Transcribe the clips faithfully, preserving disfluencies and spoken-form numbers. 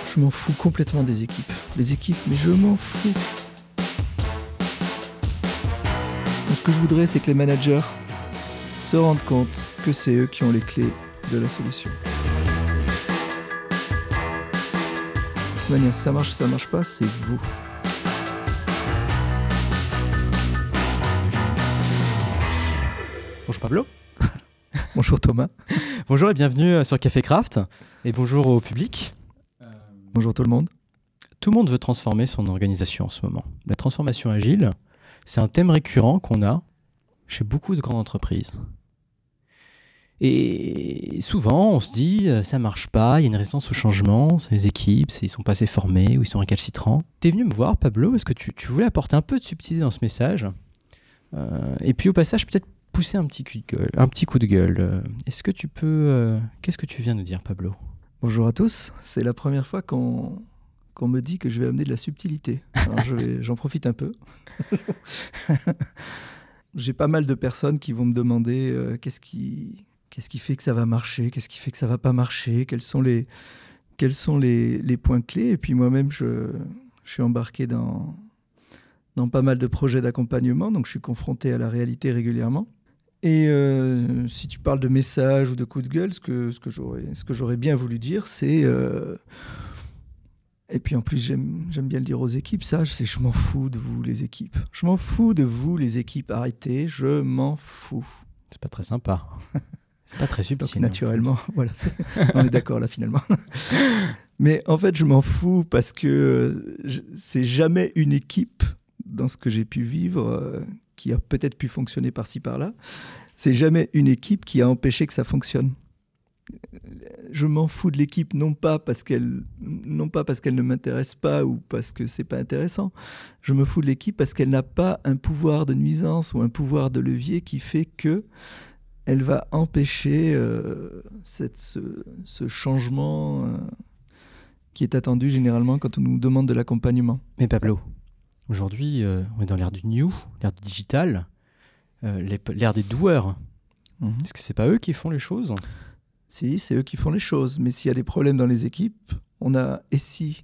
Je m'en fous complètement des équipes. Les équipes, mais je m'en fous. Donc, ce que je voudrais, c'est que les managers se rendent compte que c'est eux qui ont les clés de la solution. De toute manière, si ça marche ou ça marche pas, c'est vous. Bonjour Pablo. Bonjour Thomas. Bonjour et bienvenue sur Café Craft. Et bonjour au public. Bonjour tout le monde. Tout le monde veut transformer son organisation en ce moment. La transformation agile, c'est un thème récurrent qu'on a chez beaucoup de grandes entreprises. Et souvent, on se dit, ça marche pas, il y a une résistance au changement, les équipes, ils sont pas assez formés ou ils sont récalcitrants. T'es venu me voir, Pablo, parce que tu, tu voulais apporter un peu de subtilité dans ce message. Euh, et puis au passage, peut-être pousser un petit coup de gueule. Un petit coup de gueule. Est-ce que tu peux... Euh, qu'est-ce que tu viens de dire, Pablo ? Bonjour à tous. C'est la première fois qu'on, qu'on me dit que je vais amener de la subtilité. Alors je vais, j'en profite un peu. J'ai pas mal de personnes qui vont me demander euh, qu'est-ce qui, qu'est-ce qui fait que ça va marcher, qu'est-ce qui fait que ça va pas marcher, quels sont les, quels sont les, les points clés. Et puis moi-même, je, je suis embarqué dans, dans pas mal de projets d'accompagnement, donc je suis confronté à la réalité régulièrement. Et euh, si tu parles de messages ou de coups de gueule, ce que, ce que, j'aurais, ce que j'aurais bien voulu dire, c'est... Euh... Et puis en plus, j'aime, j'aime bien le dire aux équipes, ça, c'est je m'en fous de vous, les équipes. Je m'en fous de vous, les équipes. Arrêtez, je m'en fous. C'est pas très sympa. C'est pas très subtil. Donc, naturellement, voilà, c'est... on est d'accord là finalement. Mais en fait, je m'en fous parce que je... c'est jamais une équipe, dans ce que j'ai pu vivre... Euh... qui a peut-être pu fonctionner par-ci par-là, c'est jamais une équipe qui a empêché que ça fonctionne. Je m'en fous de l'équipe, non pas parce qu'elle, non pas parce qu'elle ne m'intéresse pas ou parce que c'est pas intéressant. Je me fous de l'équipe parce qu'elle n'a pas un pouvoir de nuisance ou un pouvoir de levier qui fait que elle va empêcher euh, cette, ce, ce changement euh, qui est attendu généralement quand on nous demande de l'accompagnement. Mais Pablo, aujourd'hui, euh, on est dans l'ère du new, l'ère du digital, euh, l'ère des doueurs. Mmh. Est-ce que c'est pas eux qui font les choses ? Si, c'est eux qui font les choses. Mais s'il y a des problèmes dans les équipes, on a, et si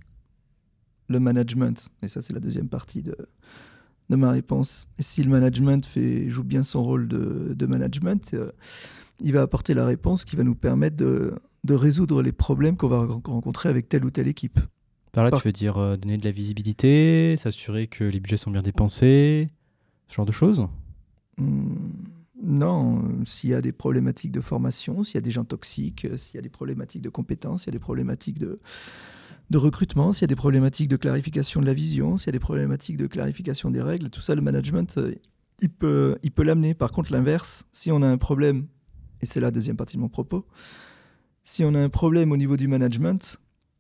le management, et ça c'est la deuxième partie de, de ma réponse, et si le management fait, joue bien son rôle de, de management, euh, il va apporter la réponse qui va nous permettre de, de résoudre les problèmes qu'on va rencontrer avec telle ou telle équipe. Par là, Par... tu veux dire euh, donner de la visibilité, s'assurer que les budgets sont bien dépensés, ce genre de choses ? mmh, Non, euh, s'il y a des problématiques de formation, s'il y a des gens toxiques, euh, s'il y a des problématiques de compétences, s'il y a des problématiques de, de recrutement, s'il y a des problématiques de clarification de la vision, s'il y a des problématiques de clarification des règles, tout ça, le management, euh, il peut, il peut l'amener. Par contre, l'inverse, si on a un problème, et c'est la deuxième partie de mon propos, si on a un problème au niveau du management...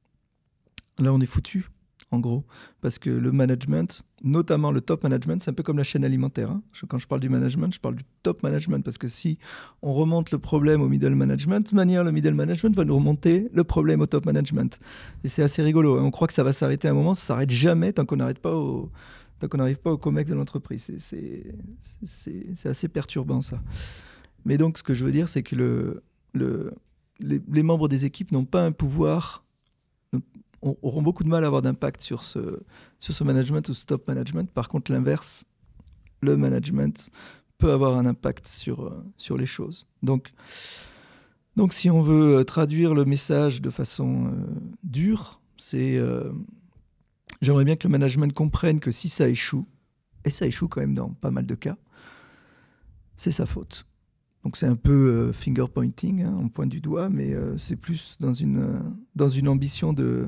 Là, on est foutu, en gros, parce que le management, notamment le top management, c'est un peu comme la chaîne alimentaire. Hein. Je, quand je parle du management, je parle du top management, parce que si on remonte le problème au middle management, de toute manière, le middle management va nous remonter le problème au top management. Et c'est assez rigolo. Hein. On croit que ça va s'arrêter à un moment, ça ne s'arrête jamais tant qu'on n'arrête pas au, tant qu'on n'arrive pas au comex de l'entreprise. C'est, c'est, c'est, c'est assez perturbant, ça. Mais donc, ce que je veux dire, c'est que le, le, les, les membres des équipes n'ont pas un pouvoir... auront beaucoup de mal à avoir d'impact sur ce, sur ce management ou ce top management. Par contre, l'inverse, le management peut avoir un impact sur, euh, sur les choses. Donc, donc, si on veut traduire le message de façon euh, dure, c'est euh, j'aimerais bien que le management comprenne que si ça échoue, et ça échoue quand même dans pas mal de cas, c'est sa faute. Donc c'est un peu euh, finger pointing, hein, on pointe du doigt, mais euh, c'est plus dans une, euh, dans une ambition de,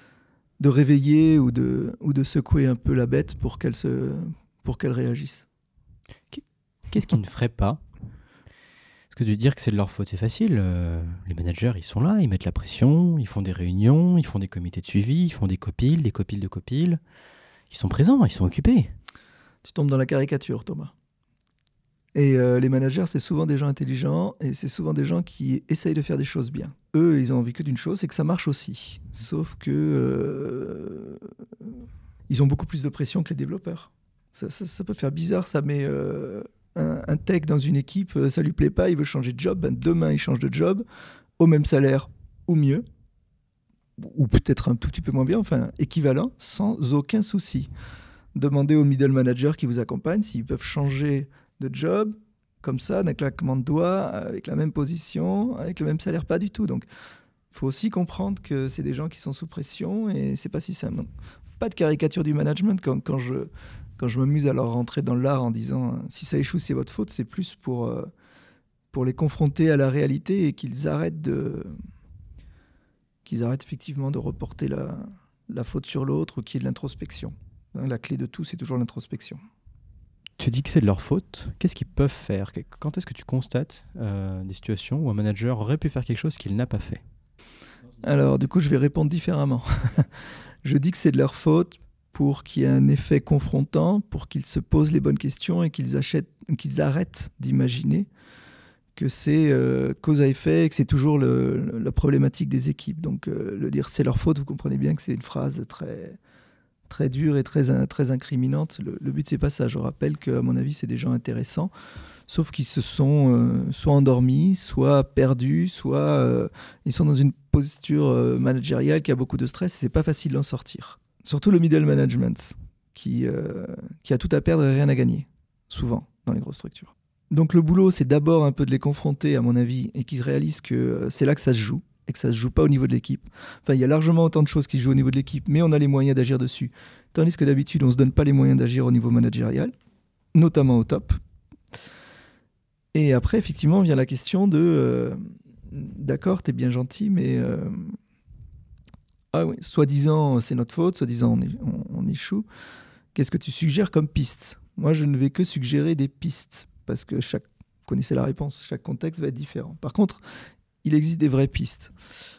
de réveiller ou de, ou de secouer un peu la bête pour qu'elle, se, pour qu'elle réagisse. Qu'est-ce qu'ils ne feraient pas ? Parce que de dire que c'est de leur faute, c'est facile. Euh, les managers, ils sont là, ils mettent la pression, ils font des réunions, ils font des comités de suivi, ils font des copiles, des copiles de copiles. Ils sont présents, ils sont occupés. Tu tombes dans la caricature, Thomas. Et euh, les managers, c'est souvent des gens intelligents et c'est souvent des gens qui essayent de faire des choses bien. Eux, ils ont envie que d'une chose, c'est que ça marche aussi. Sauf que euh, ils ont beaucoup plus de pression que les développeurs. Ça, ça, ça peut faire bizarre, ça, mais euh, un, un tech dans une équipe, ça lui plaît pas, il veut changer de job. Ben, demain, il change de job au même salaire ou mieux. ou peut-être un tout petit peu moins bien, enfin équivalent, sans aucun souci. Demandez aux middle managers qui vous accompagnent s'ils peuvent changer de job comme ça, d'un claquement de doigts, avec la même position, avec le même salaire, pas du tout. Donc, il faut aussi comprendre que c'est des gens qui sont sous pression et c'est pas si simple. Donc, pas de caricature du management quand, quand je, quand je m'amuse à leur rentrer dans l'art en disant si ça échoue, c'est votre faute, c'est plus pour, euh, pour les confronter à la réalité et qu'ils arrêtent de, qu'ils arrêtent effectivement de reporter la, la faute sur l'autre ou qu'il y ait de l'introspection. La clé de tout, c'est toujours l'introspection. Tu dis que c'est de leur faute. Qu'est-ce qu'ils peuvent faire ? Quand est-ce que tu constates euh, des situations où un manager aurait pu faire quelque chose qu'il n'a pas fait ? Alors, du coup, je vais répondre différemment. Je dis que c'est de leur faute pour qu'il y ait un effet confrontant, pour qu'ils se posent les bonnes questions et qu'ils, achètent, qu'ils arrêtent d'imaginer que c'est euh, cause à effet et que c'est toujours le, la problématique des équipes. Donc, euh, le dire c'est leur faute, vous comprenez bien que c'est une phrase très... très dure et très, très incriminante. Le, le but, c'est pas ça. Je rappelle qu'à mon avis, c'est des gens intéressants, sauf qu'ils se sont euh, soit endormis, soit perdus, soit euh, ils sont dans une posture euh, managériale qui a beaucoup de stress et c'est pas facile d'en sortir. Surtout le middle management, qui, euh, qui a tout à perdre et rien à gagner, souvent, dans les grosses structures. Donc le boulot, c'est d'abord un peu de les confronter, à mon avis, et qu'ils réalisent que euh, c'est là que ça se joue, et que ça ne se joue pas au niveau de l'équipe. Enfin, il y a largement autant de choses qui se jouent au niveau de l'équipe, mais on a les moyens d'agir dessus. Tandis que d'habitude, on ne se donne pas les moyens d'agir au niveau managérial, notamment au top. Et après, effectivement, vient la question de... Euh, d'accord, t'es bien gentil, mais... Euh, ah oui, soi-disant, c'est notre faute, soi-disant, on, est, on, on échoue. Qu'est-ce que tu suggères comme piste ? Moi, je ne vais que suggérer des pistes, parce que chaque... Vous connaissez la réponse, chaque contexte va être différent. Par contre, il existe des vraies pistes.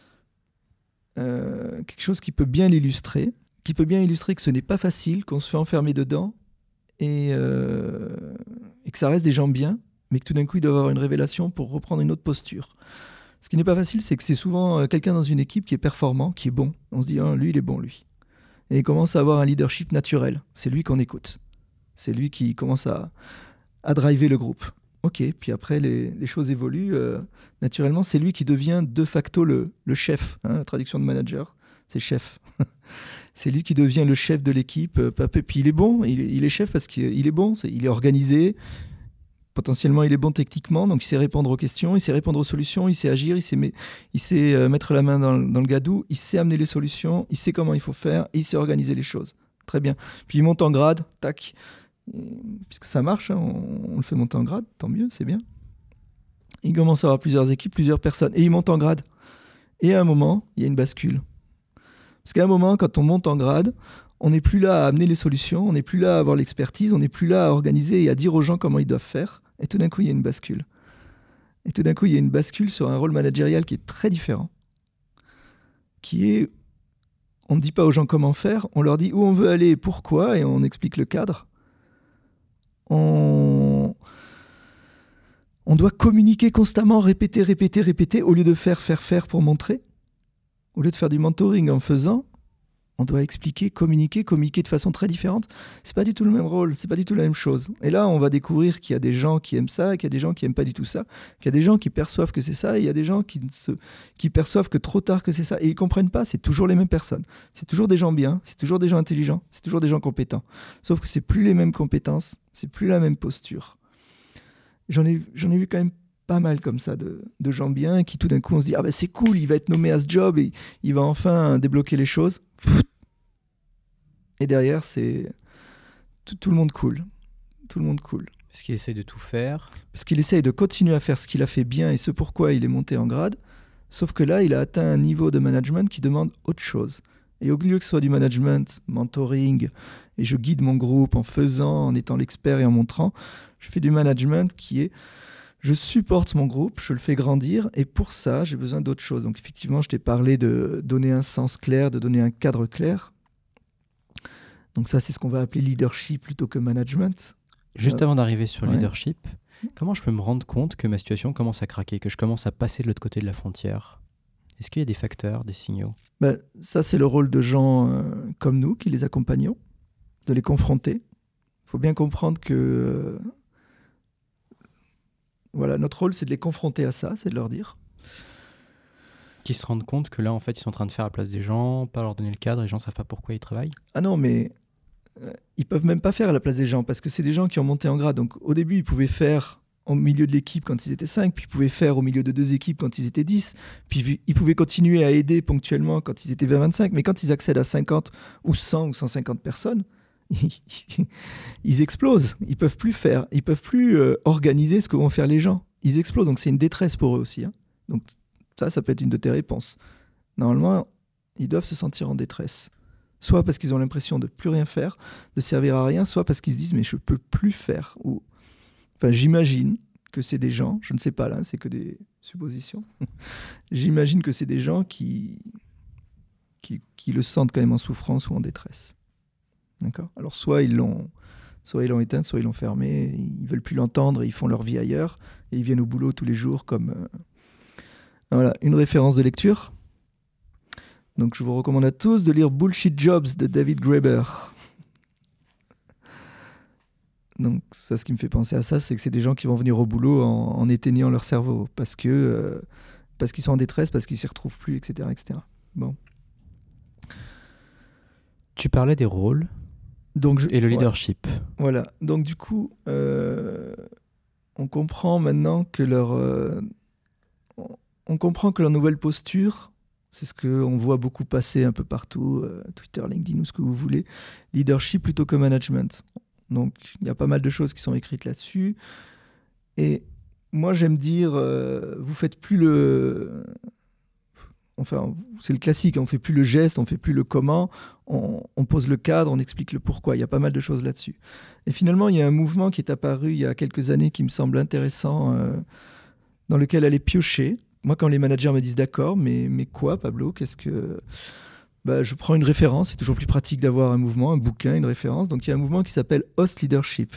Euh, quelque chose qui peut bien l'illustrer, qui peut bien illustrer que ce n'est pas facile, qu'on se fait enfermer dedans et, euh, et que ça reste des gens bien, mais que tout d'un coup, ils doivent avoir une révélation pour reprendre une autre posture. Ce qui n'est pas facile, c'est que c'est souvent quelqu'un dans une équipe qui est performant, qui est bon. On se dit, ah, lui, il est bon, lui. Et il commence à avoir un leadership naturel. C'est lui qu'on écoute. C'est lui qui commence à, à driver le groupe. Ok, puis après, les, les choses évoluent. Euh, naturellement, c'est lui qui devient de facto le, le chef. Hein, la traduction de manager, c'est chef. C'est lui qui devient le chef de l'équipe. Euh, puis il est bon, il, il est chef parce qu'il est bon, c'est, il est organisé. Potentiellement, il est bon techniquement, donc il sait répondre aux questions, il sait répondre aux solutions, il sait agir, il sait, met, il sait euh, mettre la main dans, dans le gadou, il sait amener les solutions, il sait comment il faut faire, et il sait organiser les choses. Très bien. Puis il monte en grade, tac. Puisque ça marche, hein, on, on le fait monter en grade, tant mieux, c'est bien. Il commence à avoir plusieurs équipes, plusieurs personnes, et il monte en grade. Et à un moment, il y a une bascule. Parce qu'à un moment, quand on monte en grade, on n'est plus là à amener les solutions, on n'est plus là à avoir l'expertise, on n'est plus là à organiser et à dire aux gens comment ils doivent faire. Et tout d'un coup, il y a une bascule. Et tout d'un coup, il y a une bascule sur un rôle managérial qui est très différent. Qui est, on ne dit pas aux gens comment faire, on leur dit où on veut aller et pourquoi, et on explique le cadre. On... on doit communiquer constamment, répéter, répéter, répéter, au lieu de faire, faire, faire pour montrer. Au lieu de faire du mentoring en faisant, on doit expliquer, communiquer, communiquer de façon très différente. C'est pas du tout le même rôle, c'est pas du tout la même chose. Et là, on va découvrir qu'il y a des gens qui aiment ça, qu'il y a des gens qui aiment pas du tout ça, qu'il y a des gens qui perçoivent que c'est ça, et il y a des gens qui, se... qui perçoivent que trop tard que c'est ça, et ils comprennent pas, c'est toujours les mêmes personnes. C'est toujours des gens bien, c'est toujours des gens intelligents, c'est toujours des gens compétents. Sauf que c'est plus les mêmes compétences, c'est plus la même posture. J'en ai, j'en ai vu quand même pas mal comme ça de, de gens bien qui tout d'un coup on se dit ah ben c'est cool, il va être nommé à ce job et il va enfin débloquer les choses. Et derrière c'est tout, tout le monde cool, tout le monde cool. Parce qu'il essaye de tout faire. Parce qu'il essaye de continuer à faire ce qu'il a fait bien et ce pourquoi il est monté en grade. Sauf que là il a atteint un niveau de management qui demande autre chose. Et au lieu que ce soit du management, mentoring, et je guide mon groupe en faisant, en étant l'expert et en montrant, je fais du management qui est je supporte mon groupe, je le fais grandir, et pour ça, j'ai besoin d'autre chose. Donc effectivement, je t'ai parlé de donner un sens clair, de donner un cadre clair. Donc ça, c'est ce qu'on va appeler leadership plutôt que management. Juste euh, avant d'arriver sur le ouais. leadership, comment je peux me rendre compte que ma situation commence à craquer, que je commence à passer de l'autre côté de la frontière ? Est-ce qu'il y a des facteurs, des signaux ? Ben, ça, c'est le rôle de gens euh, comme nous qui les accompagnons, de les confronter. Il faut bien comprendre que... Euh, Voilà, notre rôle, c'est de les confronter à ça, c'est de leur dire. Qui se rendent compte que là, en fait, ils sont en train de faire à la place des gens, pas leur donner le cadre, les gens ne savent pas pourquoi ils travaillent. Ah non, mais euh, ils peuvent même pas faire à la place des gens parce que c'est des gens qui ont monté en grade. Donc au début, ils pouvaient faire au milieu de l'équipe quand ils étaient cinq, puis ils pouvaient faire au milieu de deux équipes quand ils étaient dix, puis ils pouvaient continuer à aider ponctuellement quand ils étaient vingt vingt-cinq, mais quand ils accèdent à cinquante ou cent ou cent cinquante personnes, ils explosent. Ils peuvent plus faire, ils peuvent plus euh, organiser ce que vont faire les gens. Ils explosent, donc c'est une détresse pour eux aussi. Hein. Donc ça, ça peut être une de tes réponses. Normalement, ils doivent se sentir en détresse. Soit parce qu'ils ont l'impression de plus rien faire, de servir à rien, soit parce qu'ils se disent mais je peux plus faire. Ou enfin, j'imagine que c'est des gens, je ne sais pas là, c'est que des suppositions. J'imagine que c'est des gens qui, qui qui le sentent quand même en souffrance ou en détresse. D'accord ? Alors soit ils l'ont soit ils l'ont éteint, soit ils l'ont fermé, ils veulent plus l'entendre et ils font leur vie ailleurs et ils viennent au boulot tous les jours comme euh... voilà, une référence de lecture. Donc je vous recommande à tous de lire Bullshit Jobs de David Graeber. Donc ça, ce qui me fait penser à ça, c'est que c'est des gens qui vont venir au boulot en, en éteignant leur cerveau parce que euh, parce qu'ils sont en détresse, parce qu'ils s'y retrouvent plus, et cetera, et cetera. Bon. Tu parlais des rôles. Donc je, et le leadership. Ouais, voilà. Donc du coup, euh, on comprend maintenant que leur, euh, on comprend que leur nouvelle posture, c'est ce qu'on voit beaucoup passer un peu partout, euh, Twitter, LinkedIn ou ce que vous voulez, leadership plutôt que management. Donc il y a pas mal de choses qui sont écrites là-dessus. Et moi j'aime dire, euh, vous faites plus le... Enfin, c'est le classique, on ne fait plus le geste, on ne fait plus le comment, on, on pose le cadre, on explique le pourquoi. Il y a pas mal de choses là-dessus. Et finalement, il y a un mouvement qui est apparu il y a quelques années qui me semble intéressant, euh, dans lequel aller piocher. Moi, quand les managers me disent d'accord, mais, mais quoi, Pablo ? Qu'est-ce que... Bah, je prends une référence, c'est toujours plus pratique d'avoir un mouvement, un bouquin, une référence. Donc, il y a un mouvement qui s'appelle Host Leadership.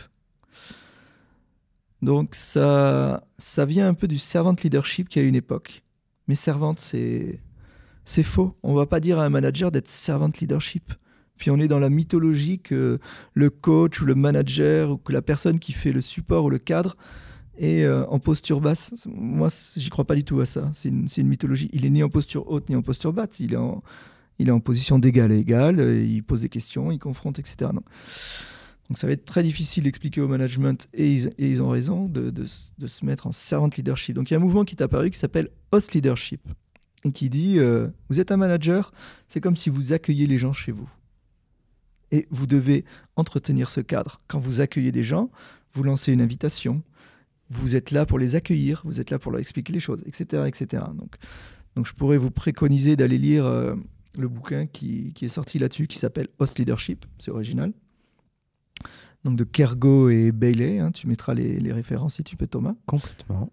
Donc, ça, ça vient un peu du servant leadership qu'il y a une époque. Mais servante, c'est... C'est faux. On ne va pas dire à un manager d'être servant leadership. Puis on est dans la mythologie que le coach ou le manager ou que la personne qui fait le support ou le cadre est euh, en posture basse. Moi, j'y crois pas du tout à ça. C'est une, c'est une mythologie. Il est ni en posture haute ni en posture basse. Il est en, il est en position d'égal à égal. Il pose des questions, il confronte, et cetera. Non. Donc ça va être très difficile d'expliquer au management, et ils, et ils ont raison, de, de, de se mettre en servant leadership. Donc il y a un mouvement qui est apparu qui s'appelle Host Leadership. Et qui dit, euh, vous êtes un manager, c'est comme si vous accueillez les gens chez vous. Et vous devez entretenir ce cadre. Quand vous accueillez des gens, vous lancez une invitation, vous êtes là pour les accueillir, vous êtes là pour leur expliquer les choses, et cetera, et cetera. Donc, donc je pourrais vous préconiser d'aller lire euh, le bouquin qui, qui est sorti là-dessus, qui s'appelle Host Leadership, c'est original. Donc de Kergo et Bailey, hein, tu mettras les, les références si tu peux, Thomas. Complètement.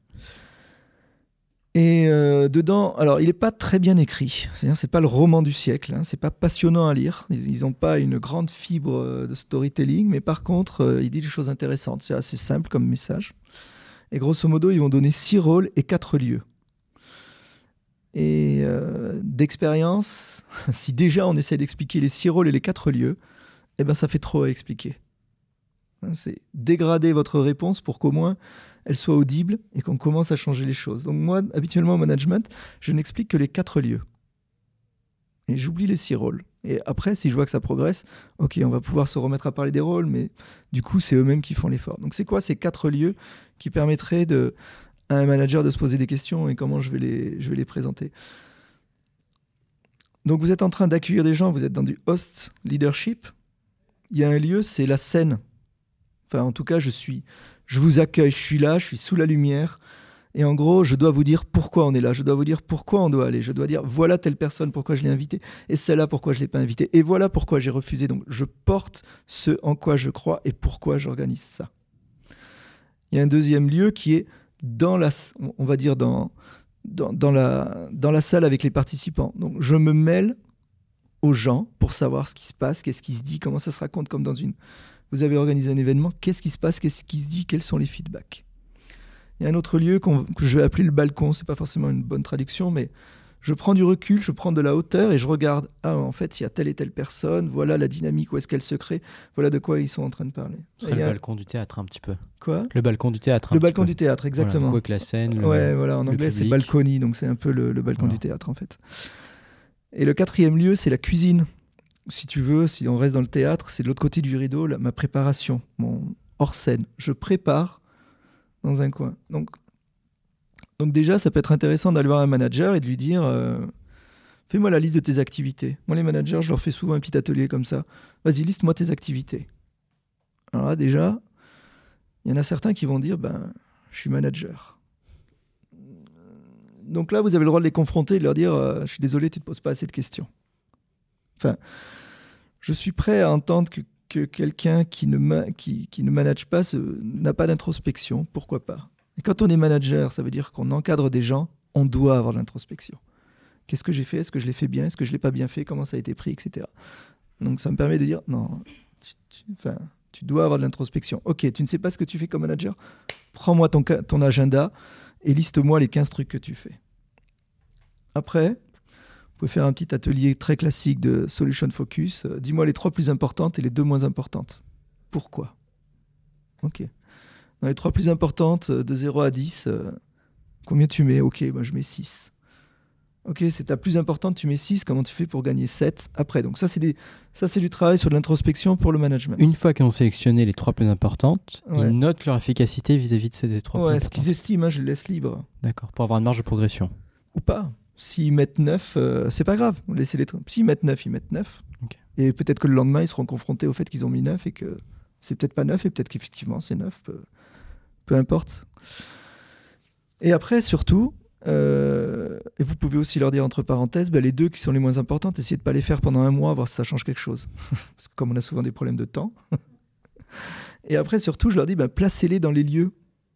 Et euh, dedans, alors il n'est pas très bien écrit, c'est-à-dire c'est pas le roman du siècle, hein, c'est pas passionnant à lire, ils n'ont pas une grande fibre de storytelling, mais par contre, euh, il dit des choses intéressantes, c'est assez simple comme message. Et grosso modo, ils vont donner six rôles et quatre lieux. Et euh, d'expérience, si déjà on essaie d'expliquer les six rôles et les quatre lieux, eh ben ça fait trop à expliquer. C'est dégrader votre réponse pour qu'au moins elle soit audible et qu'on commence à changer les choses. Donc moi, habituellement au management, je n'explique que les quatre lieux. Et j'oublie les six rôles. Et après, si je vois que ça progresse, ok, on va pouvoir se remettre à parler des rôles, mais du coup, c'est eux-mêmes qui font l'effort. Donc c'est quoi ces quatre lieux qui permettraient de, à un manager de se poser des questions et comment je vais les, je vais les présenter ? Donc vous êtes en train d'accueillir des gens, vous êtes dans du host leadership. Il y a un lieu, c'est la scène. Enfin, en tout cas, je suis, je vous accueille, je suis là, je suis sous la lumière. Et en gros, je dois vous dire pourquoi on est là. Je dois vous dire pourquoi on doit aller. Je dois dire, voilà telle personne, pourquoi je l'ai invitée. Et celle-là, pourquoi je ne l'ai pas invitée. Et voilà pourquoi j'ai refusé. Donc, je porte ce en quoi je crois et pourquoi j'organise ça. Il y a un deuxième lieu qui est dans la, on va dire dans, dans, dans, la, dans la salle avec les participants. Donc, je me mêle aux gens pour savoir ce qui se passe, qu'est-ce qui se dit, comment ça se raconte, comme dans une... Vous avez organisé un événement, qu'est-ce qui se passe, qu'est-ce qui se dit, quels sont les feedbacks. Il y a un autre lieu qu'on, que je vais appeler le balcon, c'est pas forcément une bonne traduction, mais je prends du recul, je prends de la hauteur et je regarde, ah, en fait, il y a telle et telle personne, voilà la dynamique, où est-ce qu'elle se crée, voilà de quoi ils sont en train de parler. Ce serait Et le a... balcon du théâtre un petit peu. Quoi ? Le balcon du théâtre un Le petit balcon peu. du théâtre, exactement. Voilà, avec la scène, le, ouais, voilà, en anglais c'est public. balcony, donc c'est un peu le, le balcon Voilà. du théâtre en fait. Et le quatrième lieu, c'est la cuisine. Si tu veux, si on reste dans le théâtre, c'est de l'autre côté du rideau, la, ma préparation, mon hors scène. Je prépare dans un coin. Donc, donc déjà, ça peut être intéressant d'aller voir un manager et de lui dire euh, fais-moi la liste de tes activités. Moi, les managers, je leur fais souvent un petit atelier comme ça. Vas-y, liste-moi tes activités. Alors là, déjà, il y en a certains qui vont dire ben, je suis manager. Donc là, vous avez le droit de les confronter et de leur dire euh, je suis désolé, tu ne te poses pas assez de questions. Enfin, je suis prêt à entendre que, que quelqu'un qui ne, ma- qui, qui ne manage pas ce, n'a pas d'introspection. Pourquoi pas ? Et quand on est manager, ça veut dire qu'on encadre des gens, on doit avoir de l'introspection. Qu'est-ce que j'ai fait ? Est-ce que je l'ai fait bien ? Est-ce que je ne l'ai pas bien fait ? Comment ça a été pris ? Etc. Donc ça me permet de dire, non, tu, tu, enfin, tu dois avoir de l'introspection. Ok, tu ne sais pas ce que tu fais comme manager ? Prends-moi ton, ton agenda et liste-moi les quinze trucs que tu fais. Après, vous pouvez faire un petit atelier très classique de Solution Focus. Euh, dis-moi les trois plus importantes et les deux moins importantes. Pourquoi ? Ok. Dans les trois plus importantes, de zéro à dix, euh, combien tu mets ? Ok, ben je mets six. Ok, c'est ta plus importante, tu mets six. Comment tu fais pour gagner sept après ? Donc ça c'est, des, ça, c'est du travail sur de l'introspection pour le management. Une fois qu'ils ont sélectionné les trois plus importantes, Ouais. ils notent leur efficacité vis-à-vis de ces trois Ouais, plus ce importantes. qu'ils estiment, hein, je les laisse libres. D'accord, pour avoir une marge de progression. Ou pas. S'ils mettent neuf, euh, c'est pas grave. Laissez-les. Tra- S'ils mettent neuf, ils mettent neuf. Ok. Et peut-être que le lendemain, ils seront confrontés au fait qu'ils ont mis neuf et que c'est peut-être pas neuf et peut-être qu'effectivement c'est neuf. Peu, peu importe. Et après, surtout, euh, et vous pouvez aussi leur dire entre parenthèses, bah, les deux qui sont les moins importantes, essayez de pas les faire pendant un mois, voir si ça change quelque chose. Parce que comme on a souvent des problèmes de temps. Et après, surtout, je leur dis, bah, placez-les dans les lieux.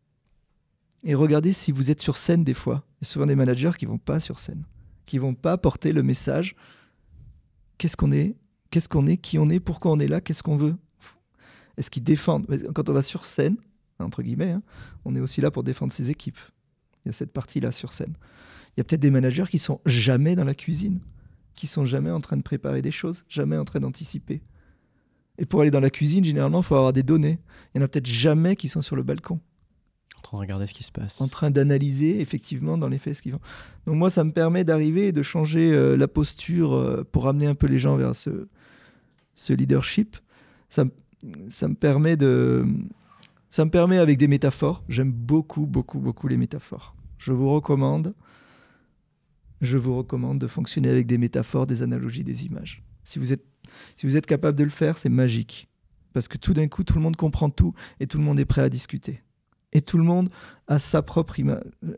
Et regardez si vous êtes sur scène des fois. Il y a souvent des managers qui ne vont pas sur scène, qui ne vont pas porter le message. Qu'est-ce qu'on est ? Qu'est-ce qu'on est ? Qui on est ? Pourquoi on est là ? Qu'est-ce qu'on veut ? Est-ce qu'ils défendent ? Quand on va sur scène, entre guillemets, hein, on est aussi là pour défendre ses équipes. Il y a cette partie-là sur scène. Il y a peut-être des managers qui sont jamais dans la cuisine, qui sont jamais en train de préparer des choses, jamais en train d'anticiper. Et pour aller dans la cuisine, généralement, il faut avoir des données. Il y en a peut-être jamais qui sont sur le balcon, En train de regarder ce qui se passe. en train d'analyser effectivement dans les faits ce qu'ils font. Donc moi, ça me permet d'arriver et de changer euh, la posture euh, pour amener un peu les gens vers ce, ce leadership. Ça, ça me permet de... Ça me permet avec des métaphores. J'aime beaucoup, beaucoup, beaucoup les métaphores. Je vous recommande, je vous recommande de fonctionner avec des métaphores, des analogies, des images. Si vous êtes, si vous êtes capable de le faire, c'est magique. Parce que tout d'un coup, tout le monde comprend tout et tout le monde est prêt à discuter. Et tout le monde a sa propre image.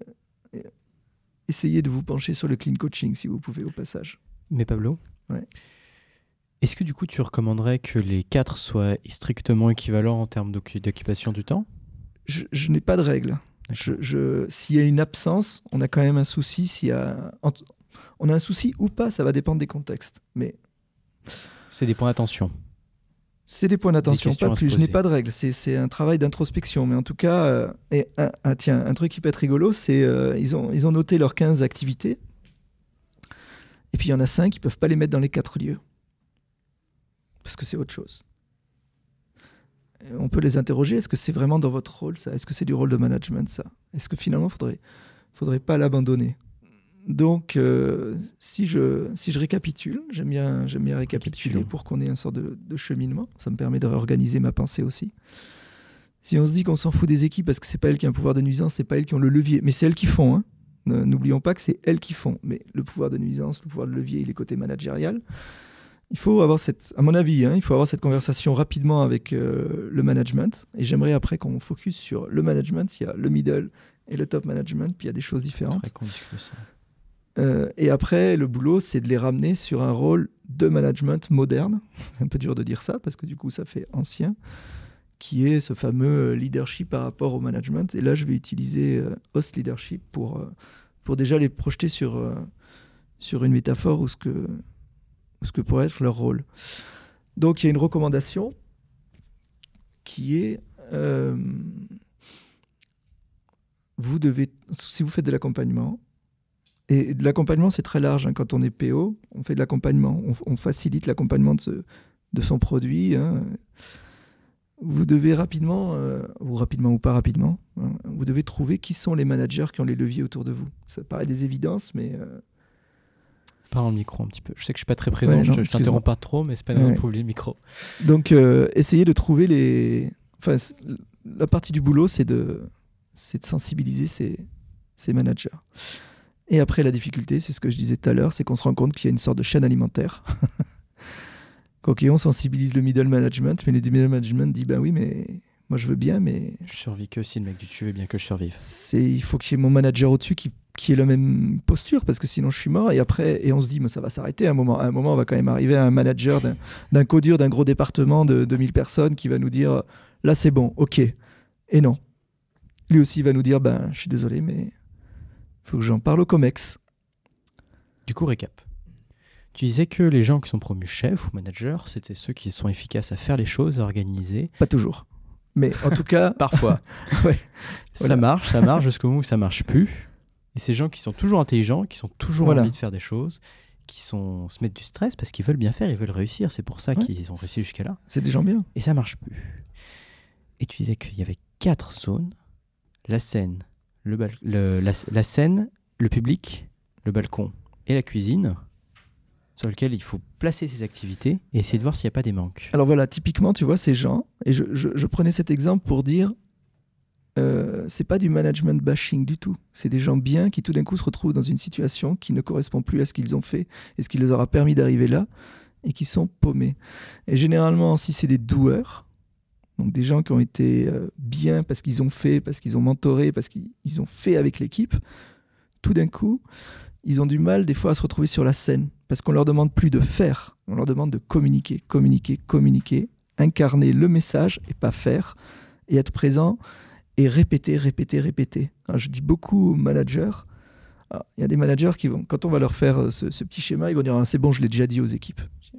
Essayez de vous pencher sur le clean coaching si vous pouvez au passage. Mais Pablo, Ouais. est-ce que du coup tu recommanderais que les quatre soient strictement équivalents en termes d'occu- d'occupation du temps ? Je, je n'ai pas de règle. Je, je, s'il y a une absence, on a quand même un souci. S'il y a, on a un souci ou pas, ça va dépendre des contextes. Mais c'est des points d'attention. C'est des points d'attention, questions pas à se plus. Je n'ai poser. pas de règles. C'est, c'est un travail d'introspection. Mais en tout cas, euh, et, ah, ah, tiens, un truc qui peut être rigolo, c'est euh, ils ont, ils ont noté leurs quinze activités. Et puis il y en a cinq qui ne peuvent pas les mettre dans les quatre lieux. Parce que c'est autre chose. Et on peut les interroger. Est-ce que c'est vraiment dans votre rôle, ça ? Est-ce que c'est du rôle de management, ça ? Est-ce que finalement, il ne faudrait, faudrait pas l'abandonner ? Donc, euh, si, je, si je récapitule, j'aime bien, j'aime bien récapituler pour qu'on ait une sorte de, de cheminement. Ça me permet de réorganiser ma pensée aussi. Si on se dit qu'on s'en fout des équipes parce que c'est pas elles qui ont un pouvoir de nuisance, c'est pas elles qui ont le levier, mais c'est elles qui font. Hein. N'oublions pas que c'est elles qui font. Mais le pouvoir de nuisance, le pouvoir de levier, il est côté managérial. Il faut avoir cette, à mon avis, hein, il faut avoir cette conversation rapidement avec euh, le management. Et j'aimerais après qu'on focus sur le management. Il y a le middle et le top management, puis il y a des choses différentes. Très qu'on discute ça. Euh, et après, le boulot, c'est de les ramener sur un rôle de management moderne. C'est un peu dur de dire ça, parce que du coup, ça fait ancien, qui est ce fameux leadership par rapport au management. Et là, je vais utiliser euh, host leadership pour, euh, pour déjà les projeter sur, euh, sur une métaphore ou ce que, ou ce que pourrait être leur rôle. Donc, il y a une recommandation qui est... Euh, vous devez, si vous faites de l'accompagnement, Et de l'accompagnement, c'est très large. Hein. Quand on est P O, on fait de l'accompagnement. On, on facilite l'accompagnement de, ce, de son produit. Hein. Vous devez rapidement, euh, ou rapidement ou pas rapidement, hein, vous devez trouver qui sont les managers qui ont les leviers autour de vous. Ça paraît des évidences, mais... Euh... Parle dans le micro un petit peu. Je sais que je suis pas très présent, ouais, je, non, je t'interromps pas trop, mais c'est pas grave, ouais. pour oublier le micro. Donc, euh, essayez de trouver les... Enfin, la partie du boulot, c'est de, c'est de sensibiliser ces, ces managers. Et après, la difficulté, c'est ce que je disais tout à l'heure, c'est qu'on se rend compte qu'il y a une sorte de chaîne alimentaire. Ok, on sensibilise le middle management, mais le middle management dit ben oui, mais moi je veux bien, mais je survis que si le mec dit tu veux bien que je survive. C'est, il faut qu'il y ait mon manager au-dessus qui, qui ait la même posture, parce que sinon je suis mort. Et après, et on se dit mais ça va s'arrêter à un moment. À un moment, on va quand même arriver à un manager d'un, d'un codir d'un gros département de deux mille personnes qui va nous dire là c'est bon, ok. Et non, lui aussi il va nous dire ben je suis désolé, mais il faut que j'en parle au COMEX. Du coup, récap. Tu disais que les gens qui sont promus chefs ou managers, c'était ceux qui sont efficaces à faire les choses, à organiser. Pas toujours. Mais en tout cas... Parfois. Ouais. Ça Voilà. marche, ça marche jusqu'au moment où ça marche plus. Et ces gens qui sont toujours intelligents, qui sont toujours Voilà. envie de faire des choses, qui sont, se mettent du stress parce qu'ils veulent bien faire, ils veulent réussir. C'est pour ça Ouais. qu'ils ont réussi jusqu'à là. C'est des gens bien. Et ça marche plus. Et tu disais qu'il y avait quatre zones. La scène, le bal- le, la, la scène, le public, le balcon et la cuisine, sur lequel il faut placer ses activités et essayer de voir s'il n'y a pas des manques. Alors voilà, typiquement, tu vois, ces gens, et je, je, je prenais cet exemple pour dire, euh, c'est pas du management bashing du tout. C'est des gens bien qui tout d'un coup se retrouvent dans une situation qui ne correspond plus à ce qu'ils ont fait et ce qui les aura permis d'arriver là, et qui sont paumés. Et généralement, si c'est des doueurs, donc des gens qui ont été euh, bien parce qu'ils ont fait, parce qu'ils ont mentoré, parce qu'ils ils ont fait avec l'équipe, tout d'un coup, ils ont du mal des fois à se retrouver sur la scène parce qu'on leur demande plus de faire, on leur demande de communiquer, communiquer, communiquer, incarner le message et pas faire, et être présent et répéter, répéter, répéter. Alors, je dis beaucoup aux managers, il y a des managers qui vont, quand on va leur faire ce, ce petit schéma, ils vont dire ah, c'est bon, je l'ai déjà dit aux équipes.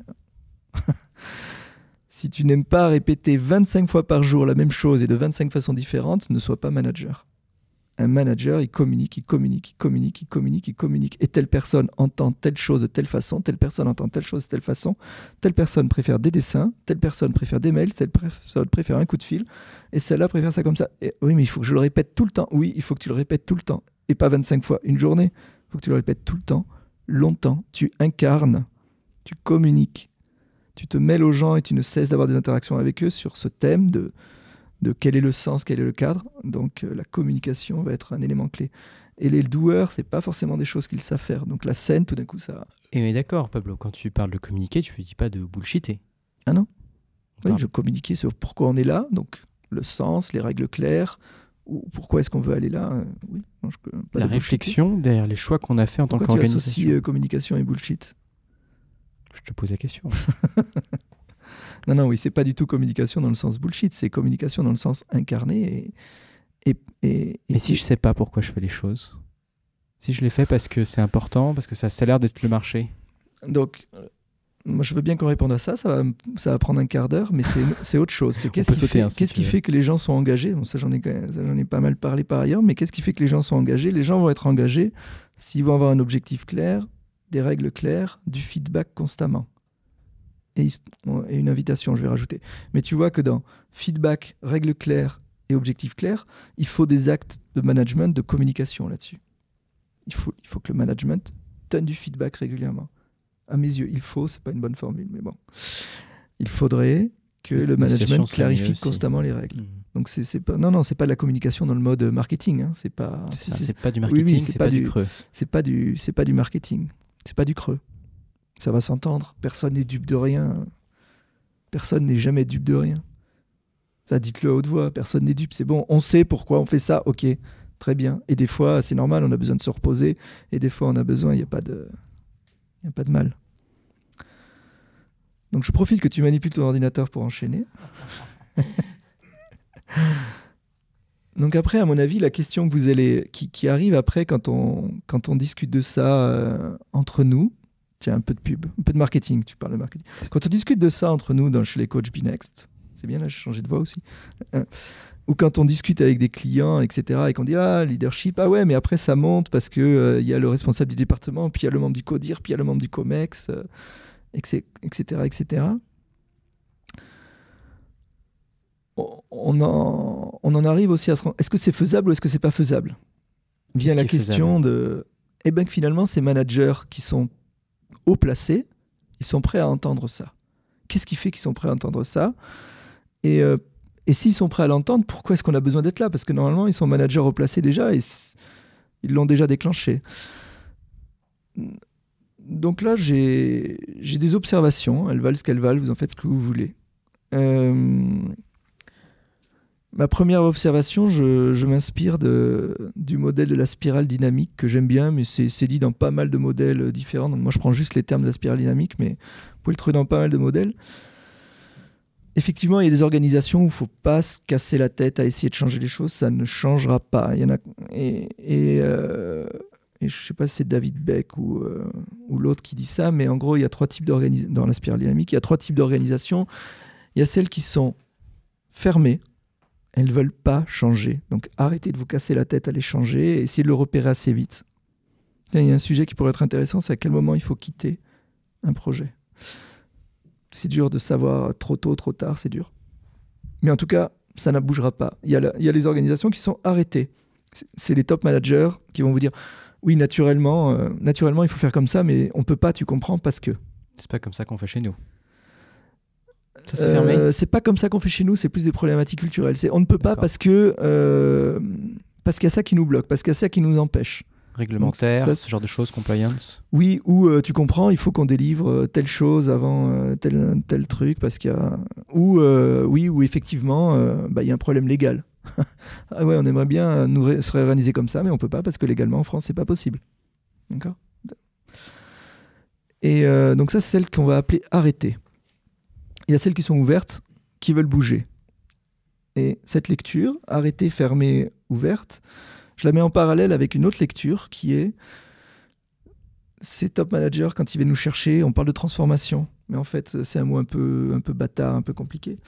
Si tu n'aimes pas répéter vingt-cinq fois par jour la même chose et de vingt-cinq façons différentes, ne sois pas manager. Un manager, il communique, il communique, il communique, il communique, il communique. Et telle personne entend telle chose de telle façon, telle personne entend telle chose de telle façon, telle personne préfère des dessins, telle personne préfère des mails, telle personne préfère un coup de fil, et celle-là préfère ça comme ça. Et oui, mais il faut que je le répète tout le temps. Oui, il faut que tu le répètes tout le temps. Et pas vingt-cinq fois une journée. Il faut que tu le répètes tout le temps, longtemps. Tu incarnes, tu communiques, tu te mêles aux gens et tu ne cesses d'avoir des interactions avec eux sur ce thème de... de quel est le sens, quel est le cadre. Donc euh, la communication va être un élément clé. Et les doueurs, c'est pas forcément des choses qu'ils savent faire. Donc la scène, tout d'un coup, ça... Et mais d'accord, Pablo, quand tu parles de communiquer, tu ne dis pas de bullshiter. Ah non. Oui, Enfin, je communiquais sur pourquoi on est là, donc le sens, les règles claires, ou pourquoi est-ce qu'on veut aller là. euh, oui, non, je, pas la de réflexion derrière les choix qu'on a fait en tant pourquoi tu qu'organisation. associes euh, communication et bullshit? Je te pose la question. Non, non, oui, c'est pas du tout communication dans le sens bullshit, c'est communication dans le sens incarné. Et, et, et, Mais et si je sais pas pourquoi je fais les choses, si je les fais parce que c'est important, parce que ça, ça a l'air d'être le marché. Donc, euh, moi, je veux bien qu'on réponde à ça. Ça va, ça va prendre un quart d'heure, mais c'est, c'est autre chose. C'est qu'est-ce peut qui, sauter, fait, hein, si qu'est-ce tu qui veux. fait que les gens sont engagés? Bon, ça, j'en ai, ça, j'en ai pas mal parlé par ailleurs, mais qu'est-ce qui fait que les gens sont engagés? Les gens vont être engagés s'ils vont avoir un objectif clair, des règles claires, du feedback constamment. Et, et une invitation, je vais rajouter. Mais tu vois que dans feedback, règles claires et objectifs clairs, il faut des actes de management, de communication là-dessus. Il faut, il faut que le management donne du feedback régulièrement. À mes yeux, il faut, c'est pas une bonne formule, mais bon. Il faudrait que le management clarifie constamment les règles. Mmh. Donc c'est, c'est pas, non, non, c'est pas de la communication dans le mode marketing. Hein. C'est pas, c'est, ça, c'est, c'est pas du marketing, oui, oui, c'est, c'est pas, pas du, du creux. C'est pas du, c'est pas du marketing. C'est pas du creux. Ça va s'entendre. Personne n'est dupe de rien. Personne n'est jamais dupe de rien. Ça, dites-le à haute voix. Personne n'est dupe. C'est bon. On sait pourquoi on fait ça. Ok, très bien. Et des fois, c'est normal. On a besoin de se reposer. Et des fois, on a besoin. Il n'y a pas de, il n'y a pas de mal. Donc, je profite que tu manipules ton ordinateur pour enchaîner. Donc après, à mon avis, la question que vous allez, qui, qui arrive après quand on, quand on discute de ça euh, entre nous. Tiens, un peu de pub, un peu de marketing, tu parles de marketing. Quand on discute de ça entre nous dans, chez les coachs Be Next, C'est bien, là, j'ai changé de voix aussi. Euh, ou quand on discute avec des clients, et cetera, et qu'on dit « Ah, leadership, ah ouais, mais après, ça monte parce qu'il euh, y a le responsable du département, puis il y a le membre du CODIR, puis il y a le membre du COMEX, euh, et cetera, et cetera » On en, on en arrive aussi à se rendre... Est-ce que c'est faisable ou est-ce que c'est pas faisable ? Vient la question de... Eh bien que finalement, ces managers qui sont haut placés, ils sont prêts à entendre ça. Qu'est-ce qui fait qu'ils sont prêts à entendre ça ? Et, euh, et s'ils sont prêts à l'entendre, pourquoi est-ce qu'on a besoin d'être là ? Parce que normalement, ils sont managers haut placés déjà et ils l'ont déjà déclenché. Donc là, j'ai, j'ai des observations. Elles valent ce qu'elles valent. Vous en faites ce que vous voulez. Euh... Ma première observation, je, je m'inspire de, du modèle de la spirale dynamique que j'aime bien, mais c'est, c'est dit dans pas mal de modèles différents. Donc moi, je prends juste les termes de la spirale dynamique, mais vous pouvez le trouver dans pas mal de modèles. Effectivement, il y a des organisations où il ne faut pas se casser la tête à essayer de changer les choses. Ça ne changera pas. Il y en a, et, et, euh, et je ne sais pas si c'est David Beck ou, euh, ou l'autre qui dit ça, mais en gros, il y a trois types d'organisations. Dans la spirale dynamique, il y a trois types d'organisations. Il y a celles qui sont fermées. Elles ne veulent pas changer. Donc arrêtez de vous casser la tête à les changer et essayez de le repérer assez vite. Il y a un sujet qui pourrait être intéressant, c'est à quel moment il faut quitter un projet. C'est dur de savoir trop tôt, trop tard, c'est dur. Mais en tout cas, ça ne bougera pas. Il y a, la, il y a les organisations qui sont arrêtées. C'est, c'est les top managers qui vont vous dire « Oui, naturellement, euh, naturellement, il faut faire comme ça, mais on ne peut pas, tu comprends, parce que... » C'est pas comme ça qu'on fait chez nous. Ça, c'est fermé euh, c'est pas comme ça qu'on fait chez nous, c'est plus des problématiques culturelles. C'est, on ne peut pas parce que euh, parce qu'il y a ça qui nous bloque, parce qu'il y a ça qui nous empêche. Réglementaire, Donc, ça, ce genre de choses, compliance. Oui, ou euh, tu comprends, il faut qu'on délivre euh, telle chose avant euh, tel, tel truc, parce qu'il y a... Ou, euh, oui, ou effectivement, euh, bah, y a un problème légal. Ah ouais, on aimerait bien nous ré- se réorganiser comme ça, mais on peut pas parce que légalement en France, c'est pas possible. D'accord ? Et euh, donc ça, c'est celle qu'on va appeler arrêter. Il y a celles qui sont ouvertes, qui veulent bouger. Et cette lecture, arrêtée, fermée, ouverte, je la mets en parallèle avec une autre lecture qui est ces top managers, quand ils viennent nous chercher, on parle de transformation. Mais en fait, c'est un mot un peu, un peu bâtard, un peu compliqué.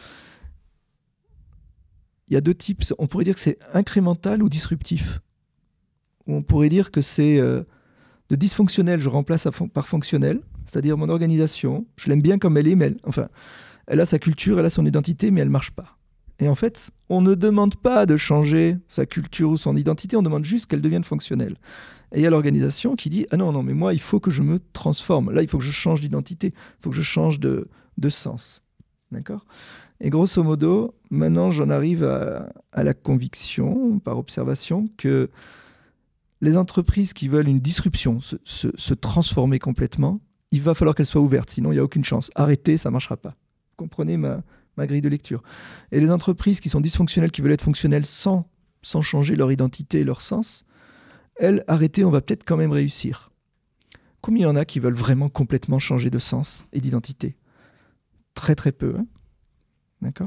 Il y a deux types. On pourrait dire que c'est incrémental ou disruptif. Ou on pourrait dire que c'est euh, de dysfonctionnel, je remplace fon- par fonctionnel. C'est-à-dire mon organisation, je l'aime bien comme elle est, mais elle, enfin... Elle a sa culture, elle a son identité, mais elle ne marche pas. Et en fait, on ne demande pas de changer sa culture ou son identité, on demande juste qu'elle devienne fonctionnelle. Et il y a l'organisation qui dit « Ah non, non, mais moi, il faut que je me transforme. Là, il faut que je change d'identité, il faut que je change de, de sens. » D'accord ? Et grosso modo, maintenant, j'en arrive à, à la conviction, par observation, que les entreprises qui veulent une disruption, se, se, se transformer complètement, il va falloir qu'elles soient ouvertes, sinon il n'y a aucune chance. Arrêter, ça ne marchera pas. Comprenez ma, ma grille de lecture. Et les entreprises qui sont dysfonctionnelles, qui veulent être fonctionnelles sans, sans changer leur identité et leur sens, elles, arrêtez, on va peut-être quand même réussir. Combien il y en a qui veulent vraiment complètement changer de sens et d'identité ? Très très peu. Hein ? D'accord ?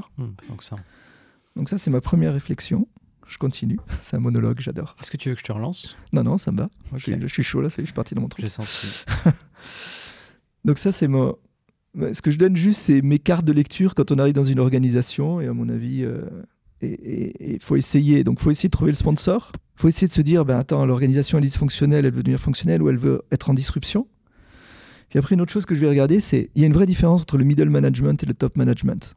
Mmh, donc ça. Donc ça, c'est ma première réflexion. Je continue. C'est un monologue, j'adore. Est-ce que tu veux que je te relance ? Non, non, ça me va. Okay. Je, suis, je suis chaud là, je suis parti dans mon truc. J'ai senti. Donc ça, c'est mon... Ce que je donne juste, c'est mes cartes de lecture quand on arrive dans une organisation. Et à mon avis, euh, il faut essayer. Donc, il faut essayer de trouver le sponsor. Il faut essayer de se dire, ben, attends, l'organisation elle est dysfonctionnelle, elle veut devenir fonctionnelle ou elle veut être en disruption. Puis après, une autre chose que je vais regarder, c'est il y a une vraie différence entre le middle management et le top management.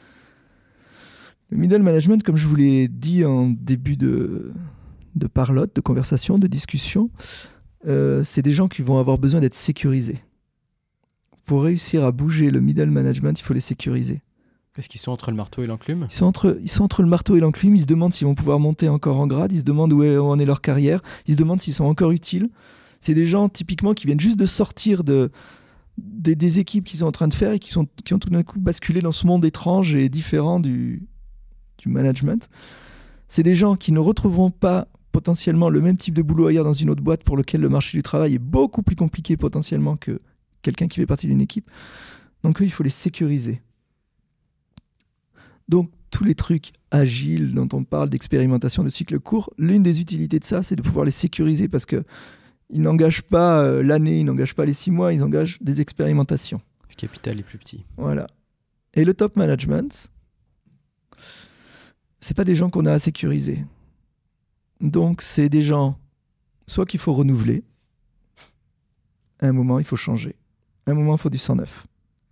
Le middle management, comme je vous l'ai dit en début de, de parlotte, de conversation, de discussion, euh, c'est des gens qui vont avoir besoin d'être sécurisés. Pour réussir à bouger le middle management, il faut les sécuriser. Est-ce qu'ils sont entre le marteau et l'enclume ? Ils sont entre, ils sont entre le marteau et l'enclume. Ils se demandent s'ils vont pouvoir monter encore en grade. Ils se demandent où, est, où en est leur carrière. Ils se demandent s'ils sont encore utiles. C'est des gens, typiquement, qui viennent juste de sortir de, de, des équipes qu'ils sont en train de faire et qui, sont, qui ont tout d'un coup basculé dans ce monde étrange et différent du, du management. C'est des gens qui ne retrouveront pas potentiellement le même type de boulot ailleurs dans une autre boîte pour lequel le marché du travail est beaucoup plus compliqué potentiellement que quelqu'un qui fait partie d'une équipe. Donc eux, il faut les sécuriser. Donc tous les trucs agiles dont on parle, d'expérimentation de cycle court, l'une des utilités de ça, c'est de pouvoir les sécuriser parce qu'ils n'engagent pas euh, l'année, ils n'engagent pas les six mois, ils engagent des expérimentations. Le capital est plus petit. Voilà. Et le top management, c'est pas des gens qu'on a à sécuriser. Donc, c'est des gens, soit qu'il faut renouveler, à un moment, il faut changer. À un moment, il faut du sang neuf.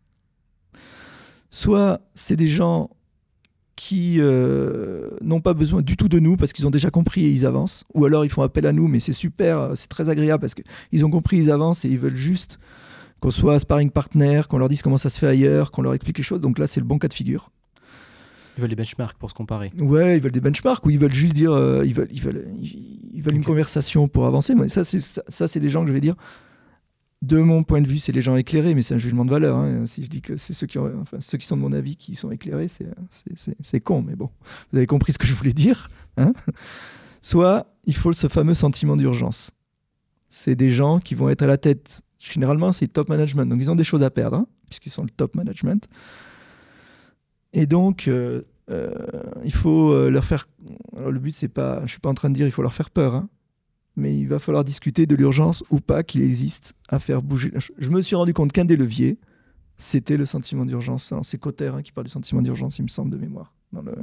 Soit c'est des gens qui euh, n'ont pas besoin du tout de nous parce qu'ils ont déjà compris et ils avancent. Ou alors, ils font appel à nous, mais c'est super, c'est très agréable parce qu'ils ont compris, ils avancent et ils veulent juste qu'on soit sparring partner, qu'on leur dise comment ça se fait ailleurs, qu'on leur explique les choses. Donc là, c'est le bon cas de figure. Ils veulent des benchmarks pour se comparer. Ouais, ils veulent des benchmarks ou ils veulent juste dire, euh, ils veulent, ils veulent, ils, ils veulent okay. une conversation pour avancer. Mais ça, c'est ça, ça, c'est des gens que je vais dire. De mon point de vue, c'est les gens éclairés, mais c'est un jugement de valeur. Hein. Si je dis que c'est ceux qui, ont, enfin, ceux qui sont de mon avis qui sont éclairés, c'est, c'est, c'est, c'est con. Mais bon, vous avez compris ce que je voulais dire. Hein. Soit il faut ce fameux sentiment d'urgence. C'est des gens qui vont être à la tête. Généralement, c'est top management. Donc, ils ont des choses à perdre, hein, puisqu'ils sont le top management. Et donc, euh, euh, il faut euh, leur faire... Alors, le but, c'est pas... Je ne suis pas en train de dire qu'il faut leur faire peur, hein, mais il va falloir discuter de l'urgence ou pas qu'il existe à faire bouger. Je me suis rendu compte qu'un des leviers, c'était le sentiment d'urgence. Alors, c'est Cotter hein, qui parle du sentiment d'urgence, il me semble, de mémoire. Dans le...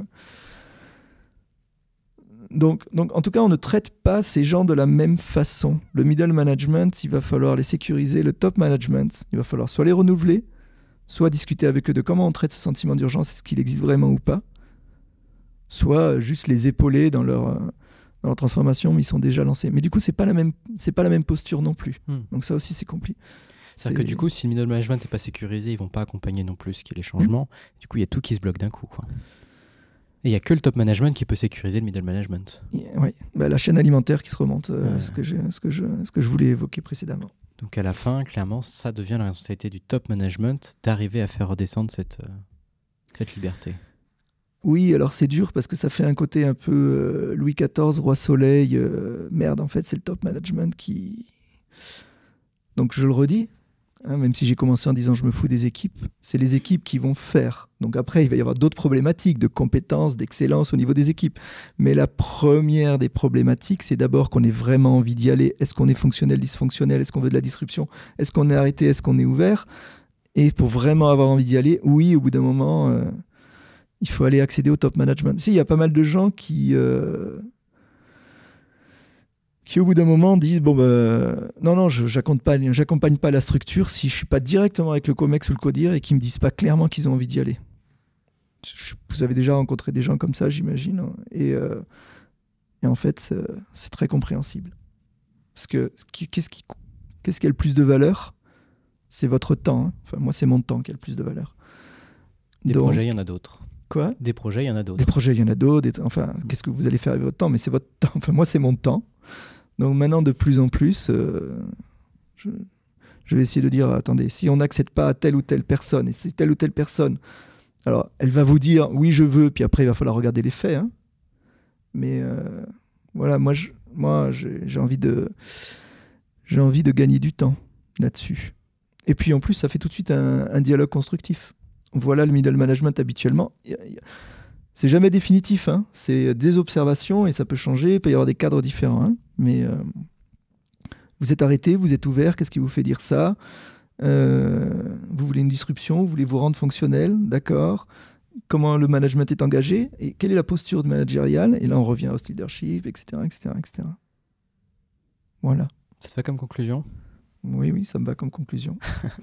Donc, donc, en tout cas, on ne traite pas ces gens de la même façon. Le middle management, il va falloir les sécuriser. Le top management, il va falloir soit les renouveler, soit discuter avec eux de comment on traite ce sentiment d'urgence, est-ce qu'il existe vraiment ou pas, soit juste les épauler dans leur, euh, dans leur transformation, mais ils sont déjà lancés. Mais du coup, c'est pas la même, c'est pas la même posture non plus. Hmm. Donc ça aussi, c'est compliqué. C'est-à-dire c'est... que du coup, si le middle management n'est pas sécurisé, ils vont pas accompagner non plus ce qui est les changements. Hmm. Du coup, il y a tout qui se bloque d'un coup, quoi. Et il n'y a que le top management qui peut sécuriser le middle management. Yeah, oui, bah, la chaîne alimentaire qui se remonte, euh, ouais. ce, que je, ce, que je, ce que je voulais évoquer précédemment. Donc à la fin, clairement, ça devient la responsabilité du top management d'arriver à faire redescendre cette, euh, cette liberté. Oui, alors c'est dur parce que ça fait un côté un peu euh, Louis quatorze, Roi Soleil. Euh, merde, en fait, c'est le top management qui... Donc je le redis, hein, même si j'ai commencé en disant je me fous des équipes, c'est les équipes qui vont faire. Donc après, il va y avoir d'autres problématiques de compétences, d'excellence au niveau des équipes. Mais la première des problématiques, c'est d'abord qu'on ait vraiment envie d'y aller. Est-ce qu'on est fonctionnel, dysfonctionnel? Est-ce qu'on veut de la disruption? Est-ce qu'on est arrêté? Est-ce qu'on est ouvert? Et pour vraiment avoir envie d'y aller, oui, au bout d'un moment, euh, il faut aller accéder au top management. Si, il y a pas mal de gens qui... Euh, qui au bout d'un moment disent bon ben non non je j'accompagne j'accompagne pas la structure si je suis pas directement avec le Comex ou le Codir et qu'ils me disent pas clairement qu'ils ont envie d'y aller. Je, vous avez déjà rencontré des gens comme ça, j'imagine, et, euh, et en fait c'est, c'est très compréhensible parce que qu'est-ce qui qu'est-ce qui a le plus de valeur? C'est votre temps, hein. Enfin moi c'est mon temps qui a le plus de valeur. Des Donc, projets il y en a d'autres. Quoi? Des projets il y en a d'autres. Des projets il y en a d'autres. Des, enfin mmh. Qu'est-ce que vous allez faire avec votre temps? Mais c'est votre temps. Enfin moi c'est mon temps. Donc maintenant, de plus en plus, euh, je, je vais essayer de dire, attendez, si on n'accède pas à telle ou telle personne, et si telle ou telle personne, alors elle va vous dire, oui, je veux, puis après, il va falloir regarder les faits. Hein. Mais euh, voilà, moi, je, moi j'ai, j'ai, envie de, j'ai envie de gagner du temps là-dessus. Et puis en plus, ça fait tout de suite un, un dialogue constructif. Voilà le middle management habituellement. C'est jamais définitif, hein. C'est des observations et ça peut changer, il peut y avoir des cadres différents. Hein. Mais euh, vous êtes arrêté, vous êtes ouvert, qu'est-ce qui vous fait dire ça? euh, Vous voulez une disruption, vous voulez vous rendre fonctionnel, d'accord? Comment le management est engagé? Et quelle est la posture managériale? Et là, on revient au leadership, et cetera, et cetera, et cetera. Voilà. Ça te va comme conclusion? Oui, oui, ça me va comme conclusion.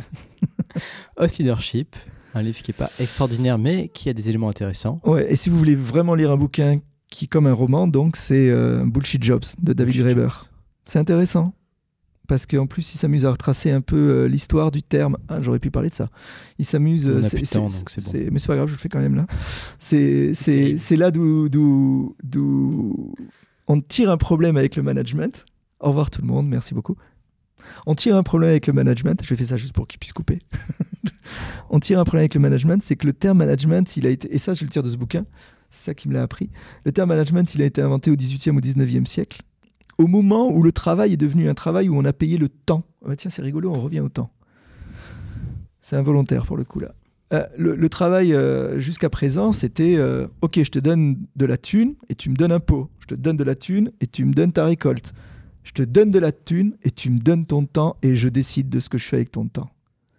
Host Leadership, un livre qui n'est pas extraordinaire, mais qui a des éléments intéressants. Ouais, et si vous voulez vraiment lire un bouquin qui, comme un roman, donc c'est euh, Bullshit Jobs de David Bullshit Graeber. Jobs. C'est intéressant, parce qu'en plus, il s'amuse à retracer un peu euh, l'histoire du terme. Ah, j'aurais pu parler de ça. Il s'amuse... On euh, a c'est, plus de c'est, temps, c'est, donc c'est bon. C'est, mais c'est pas grave, je le fais quand même là. C'est, c'est, c'est là d'où, d'où, d'où on tire un problème avec le management. Au revoir tout le monde, merci beaucoup. On tire un problème avec le management, je fais ça juste pour qu'il puisse couper. On tire un problème avec le management, c'est que le terme management, il a été, et ça je le tire de ce bouquin, c'est ça qui me l'a appris, le terme management, il a été inventé au dix-huitième ou dix-neuvième siècle, au moment où le travail est devenu un travail où on a payé le temps. Oh bah tiens, c'est rigolo, on revient au temps. C'est involontaire pour le coup là. Euh, le, le travail euh, jusqu'à présent, c'était euh, ok, je te donne de la thune et tu me donnes un pot. Je te donne de la thune et tu me donnes ta récolte. Je te donne de la thune et tu me donnes ton temps et je décide de ce que je fais avec ton temps.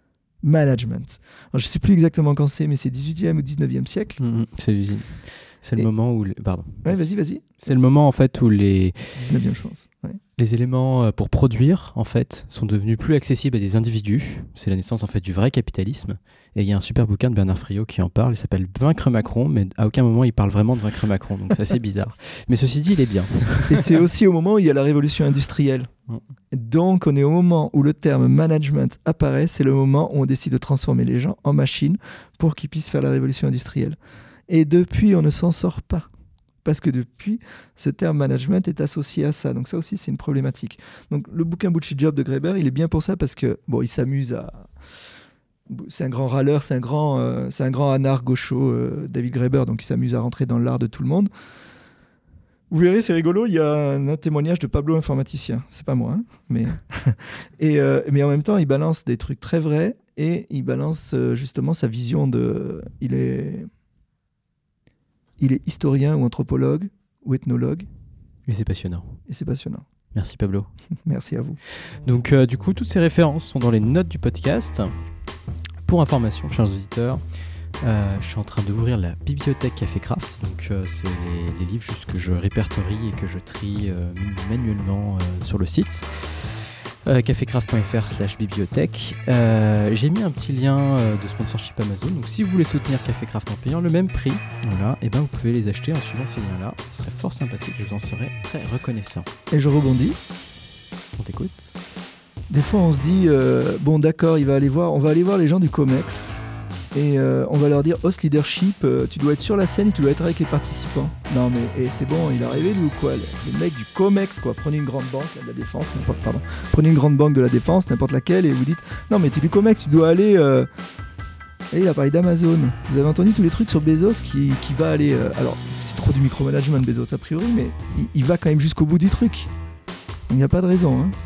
management. Alors, je ne sais plus exactement quand c'est, mais c'est dix-huitième ou dix-neuvième siècle. Mmh, c'est c'est le Et... moment où... Les... Pardon. Ouais, vas-y, vas-y. C'est le moment, en fait, où les... dix-neuvième, je pense. Ouais. Les éléments pour produire, en fait, sont devenus plus accessibles à des individus. C'est la naissance, en fait, du vrai capitalisme. Et il y a un super bouquin de Bernard Friot qui en parle. Il s'appelle « Vaincre Macron », mais à aucun moment, il parle vraiment de vaincre Macron. Donc, c'est assez bizarre. Mais ceci dit, il est bien. Et c'est aussi au moment où il y a la révolution industrielle. Donc, on est au moment où le terme management apparaît. C'est le moment où on décide de transformer les gens en machines pour qu'ils puissent faire la révolution industrielle. Et depuis, on ne s'en sort pas. Parce que depuis, ce terme management est associé à ça. Donc ça aussi, c'est une problématique. Donc le bouquin Bullshit Job de Graeber, il est bien pour ça parce que bon, il s'amuse à... C'est un grand râleur, c'est un grand, euh, c'est un grand anard gaucho, euh, David Graeber, donc il s'amuse à rentrer dans l'art de tout le monde. Vous verrez, c'est rigolo, il y a un, un témoignage de Pablo informaticien. C'est pas moi, hein, mais... et, euh, mais en même temps, il balance des trucs très vrais et il balance euh, justement sa vision de... Il est... Il est historien ou anthropologue ou ethnologue. Et c'est passionnant. Et c'est passionnant. Merci Pablo. Merci à vous. Donc euh, du coup, toutes ces références sont dans les notes du podcast. Pour information, chers auditeurs, euh, je suis en train d'ouvrir la bibliothèque Café Craft. Donc euh, c'est les, les livres juste que je répertorie et que je trie euh, manuellement euh, sur le site. Euh, cafécraft.fr slash bibliothèque. Euh, j'ai mis un petit lien euh, de sponsorship Amazon. Donc si vous voulez soutenir Cafécraft en payant le même prix, voilà, et ben vous pouvez les acheter en suivant ces liens-là. Ce serait fort sympathique, je vous en serais très reconnaissant. Et je rebondis. On t'écoute. Des fois on se dit, euh, bon d'accord, il va aller voir, on va aller voir les gens du COMEX et euh, on va leur dire, host leadership, euh, tu dois être sur la scène et tu dois être avec les participants. Non mais et c'est bon, il est arrivé lui ou quoi, le, le mec du COMEX quoi, prenez une grande banque de la défense, n'importe, pardon, prenez une grande banque de la défense, n'importe laquelle, et vous dites, non mais tu es du COMEX, tu dois aller... Euh... Et il a parlé d'Amazon. Vous avez entendu tous les trucs sur Bezos qui, qui va aller... Euh... Alors c'est trop du micromanagement Bezos a priori, mais il, il va quand même jusqu'au bout du truc. Il n'y a pas de raison, hein.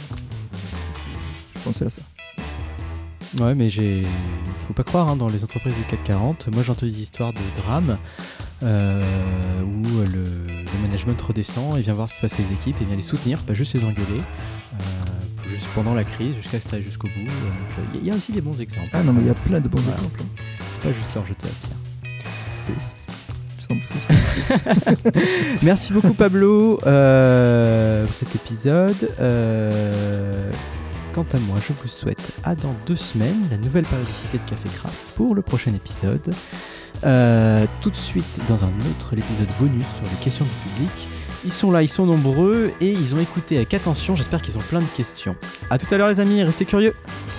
Je pensais à ça. Ouais, mais j'ai... faut pas croire hein, dans les entreprises du C A C quarante. Moi, j'ai entendu des histoires de drames euh, où le, le management redescend et vient voir ce qui se passe avec les équipes et vient les soutenir, pas juste les engueuler, euh, juste pendant la crise, jusqu'à ce que ça aille jusqu'au bout. Donc, il y, y a aussi des bons exemples. Ah non, mais il y a plein de bons voilà. exemples. Pas juste leur jeter à pierre. C'est... c'est... Merci beaucoup Pablo euh, pour cet épisode. Euh, quant à moi, je vous souhaite à dans deux semaines la nouvelle périodicité de Café Craft pour le prochain épisode. Euh, tout de suite dans un autre épisode bonus sur les questions du public. Ils sont là, ils sont nombreux et ils ont écouté avec attention. J'espère qu'ils ont plein de questions. À tout à l'heure les amis, restez curieux.